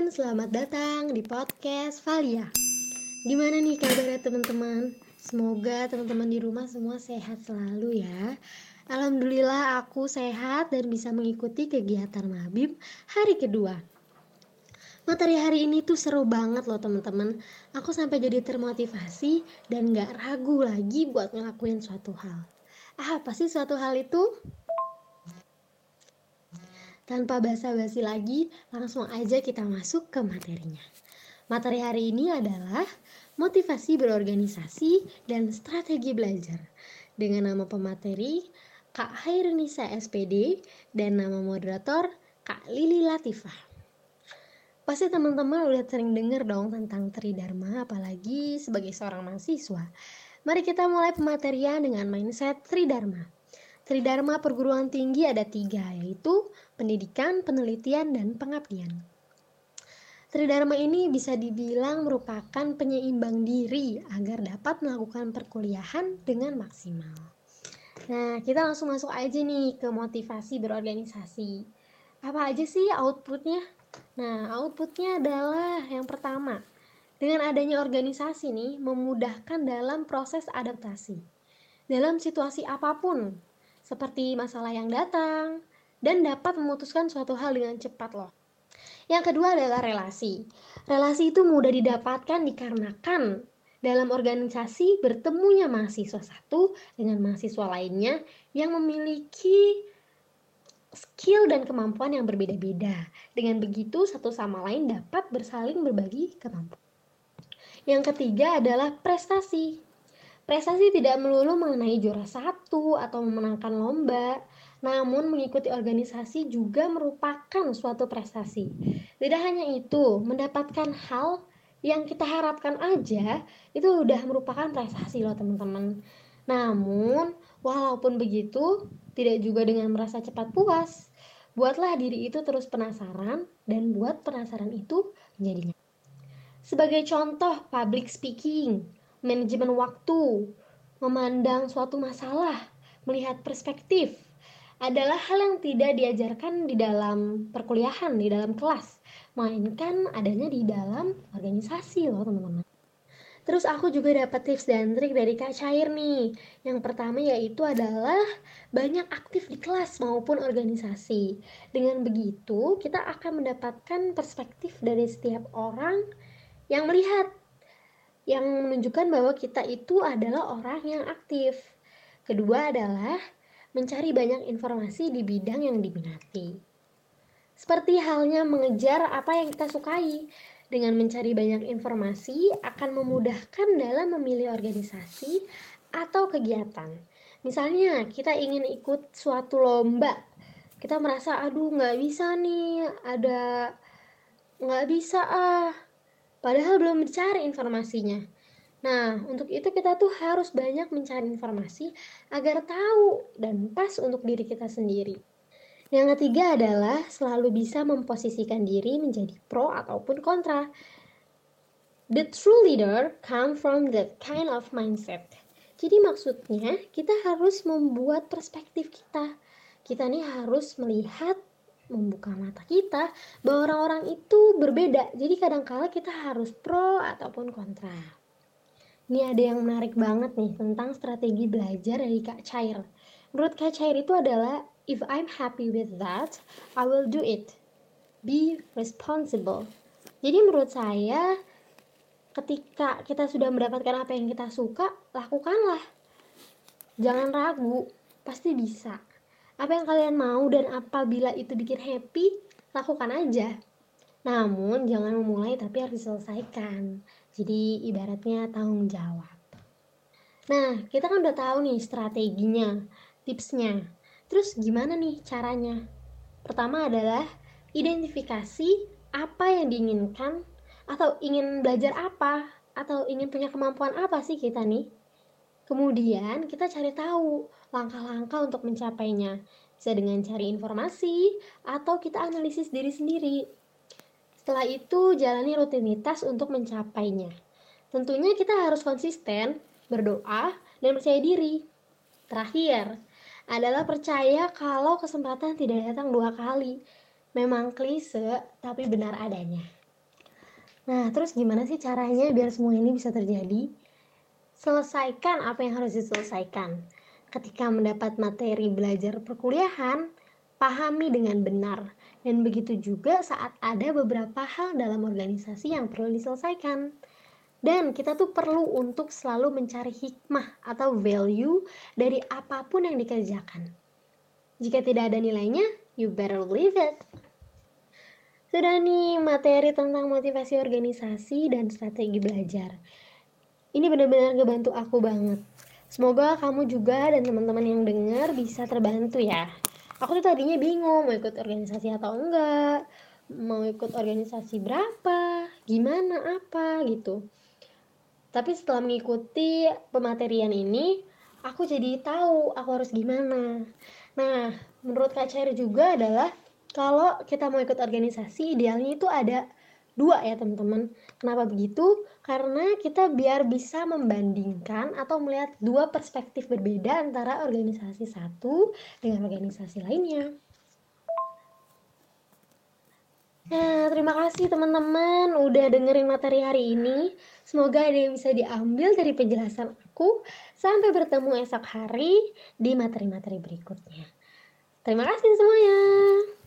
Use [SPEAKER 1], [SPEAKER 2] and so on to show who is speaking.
[SPEAKER 1] selamat datang di podcast Valia. Gimana nih kabarnya teman-teman? Semoga teman-teman di rumah semua sehat selalu ya. Alhamdulillah aku sehat dan bisa mengikuti kegiatan Mabib hari kedua. Materi hari ini tuh seru banget loh teman-teman. Aku sampai jadi termotivasi dan gak ragu lagi buat ngelakuin suatu hal. Apa sih suatu hal itu? Tanpa basa-basi lagi, langsung aja kita masuk ke materinya. Materi hari ini adalah motivasi berorganisasi dan strategi belajar. Dengan nama pemateri Kak Hairunisa SPD dan nama moderator Kak Lili Latifah. Pasti teman-teman udah sering dengar dong tentang Tridharma, apalagi sebagai seorang mahasiswa. Mari kita mulai pematerian dengan mindset Tridharma. Tridharma perguruan tinggi ada 3, yaitu pendidikan, penelitian, dan pengabdian. Tridharma ini bisa dibilang merupakan penyeimbang diri agar dapat melakukan perkuliahan dengan maksimal. Nah, kita langsung masuk aja nih ke motivasi berorganisasi. Apa aja sih outputnya? Nah, outputnya adalah yang pertama, dengan adanya organisasi nih memudahkan dalam proses adaptasi. Dalam situasi apapun, seperti masalah yang datang, dan dapat memutuskan suatu hal dengan cepat loh. Yang kedua adalah relasi. Relasi itu mudah didapatkan dikarenakan dalam organisasi bertemunya mahasiswa satu dengan mahasiswa lainnya yang memiliki skill dan kemampuan yang berbeda-beda. Dengan begitu satu sama lain dapat bersaling berbagi kemampuan. Yang ketiga adalah prestasi. Prestasi tidak melulu mengenai juara satu atau memenangkan lomba, namun mengikuti organisasi juga merupakan suatu prestasi. Tidak hanya itu, mendapatkan hal yang kita harapkan aja itu udah merupakan prestasi loh teman-teman. Namun, walaupun begitu, tidak juga dengan merasa cepat puas. Buatlah diri itu terus penasaran dan buat penasaran itu menjadi nyata. Sebagai contoh, public speaking, manajemen waktu, memandang suatu masalah, melihat perspektif, adalah hal yang tidak diajarkan di dalam perkuliahan, di dalam kelas, melainkan adanya di dalam organisasi loh teman-teman. Terus aku juga dapat tips dan trik dari Kak Cair nih. Yang pertama yaitu adalah banyak aktif di kelas maupun organisasi. Dengan begitu, kita akan mendapatkan perspektif dari setiap orang yang melihat, yang menunjukkan bahwa kita itu adalah orang yang aktif. Kedua adalah mencari banyak informasi di bidang yang diminati. Seperti halnya mengejar apa yang kita sukai. Dengan mencari banyak informasi akan memudahkan dalam memilih organisasi atau kegiatan. Misalnya kita ingin ikut suatu lomba, kita merasa aduh nggak bisa nih, nggak bisa padahal belum dicari informasinya. Nah, untuk itu kita tuh harus banyak mencari informasi agar tahu dan pas untuk diri kita sendiri. Yang ketiga adalah selalu bisa memposisikan diri menjadi pro ataupun kontra. The true leader come from that kind of mindset. Jadi maksudnya kita harus membuat perspektif kita. Kita nih harus melihat, membuka mata kita bahwa orang-orang itu berbeda. Jadi kadang-kala kita harus pro ataupun kontra. Ini ada yang menarik banget nih tentang strategi belajar dari Kak Cair. Menurut Kak Cair itu adalah, if I'm happy with that, I will do it. Be responsible. Jadi menurut saya, ketika kita sudah mendapatkan apa yang kita suka, lakukanlah. Jangan ragu, pasti bisa. Apa yang kalian mau dan apabila itu bikin happy, lakukan aja. Namun jangan memulai tapi harus diselesaikan. Jadi ibaratnya tanggung jawab. Nah, kita kan udah tahu nih strateginya, tipsnya. Terus gimana nih caranya? Pertama adalah identifikasi apa yang diinginkan, atau ingin belajar apa, atau ingin punya kemampuan apa sih kita nih. Kemudian kita cari tahu langkah-langkah untuk mencapainya. Bisa dengan cari informasi atau kita analisis diri sendiri. Setelah itu jalani rutinitas untuk mencapainya. Tentunya kita harus konsisten, berdoa, dan percaya diri. Terakhir adalah percaya kalau kesempatan tidak datang 2 kali. Memang klise, tapi benar adanya. Nah, terus gimana sih caranya biar semua ini bisa terjadi? Selesaikan apa yang harus diselesaikan. Ketika mendapat materi belajar perkuliahan, pahami dengan benar. Dan begitu juga saat ada beberapa hal dalam organisasi yang perlu diselesaikan. Dan kita tuh perlu untuk selalu mencari hikmah atau value dari apapun yang dikerjakan. Jika tidak ada nilainya, you better leave it. Sudah nih materi tentang motivasi organisasi dan strategi belajar. Ini benar-benar ngebantu aku banget. Semoga kamu juga dan teman-teman yang dengar bisa terbantu ya. Aku tuh tadinya bingung mau ikut organisasi atau enggak, mau ikut organisasi berapa, gimana apa gitu. Tapi setelah mengikuti pematerian ini, aku jadi tahu aku harus gimana. Nah, menurut Kak Cher juga adalah kalau kita mau ikut organisasi, idealnya itu ada 2 ya teman-teman. Kenapa begitu? Karena kita biar bisa membandingkan atau melihat 2 perspektif berbeda antara organisasi satu dengan organisasi lainnya. Nah, terima kasih teman-teman udah dengerin materi hari ini. Semoga ada yang bisa diambil dari penjelasan aku. Sampai bertemu esok hari di materi-materi berikutnya. Terima kasih semuanya.